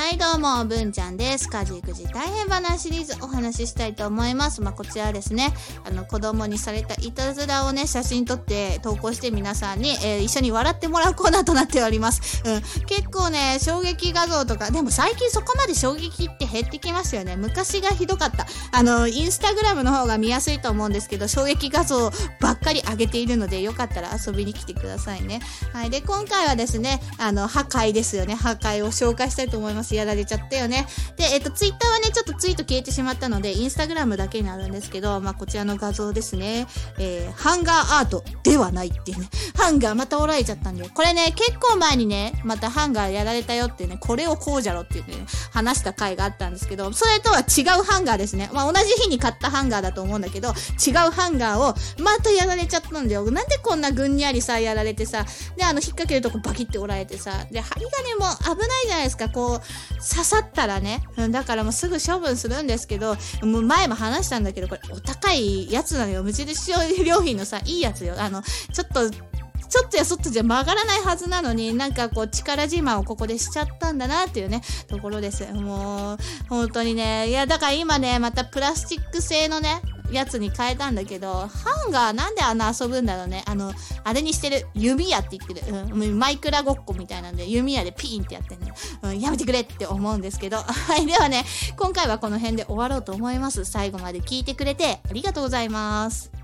はいどうも、文ちゃんです。家事育児大変話シリーズお話ししたいと思います。こちらですね、子供にされたいたずらをね、写真撮って投稿して皆さんに、一緒に笑ってもらうコーナーとなっております。結構ね、衝撃画像とか、でも最近そこまで衝撃って減ってきましたよね。昔がひどかった。インスタグラムの方が見やすいと思うんですけど、衝撃画像ばっかり上げているので、よかったら遊びに来てくださいね。はい。で、今回はですね、破壊ですよね。破壊を紹介したいと思います。やられちゃったよね。で、ツイッターはね、ちょっとツイート消えてしまったので、インスタグラムだけになるんですけど、こちらの画像ですね。ハンガーアートではないっていうね。ハンガーまたおられちゃったんで、これね、結構前にね、またハンガーやられたよってね、これをこうじゃろっていうね、話した回があったんですけど、それとは違うハンガーですね。同じ日に買ったハンガーだと思うんだけど、違うハンガーをまたやられちゃったんだよ。なんでこんなぐんにゃりさ、やられてさ、で、引っ掛けるとこバキって折られてさ、で、針金も危ないじゃないですか、こう、刺さったらね。だからもうすぐ処分するんですけど、もう前も話したんだけど、これお高いやつなのよ。無印良品のさ、いいやつよ。ちょっとやそっとじゃ曲がらないはずなのに、なんかこう力自慢をここでしちゃったんだなっていうね、ところです。もう、本当にね。いや、だから今ね、またプラスチック製のね、やつに変えたんだけど、ハンガーなんで遊ぶんだろうね。あれにしてる。弓矢って言ってる。マイクラごっこみたいなんで、弓矢でピーンってやってんの。やめてくれって思うんですけど。はい。ではね、今回はこの辺で終わろうと思います。最後まで聞いてくれてありがとうございます。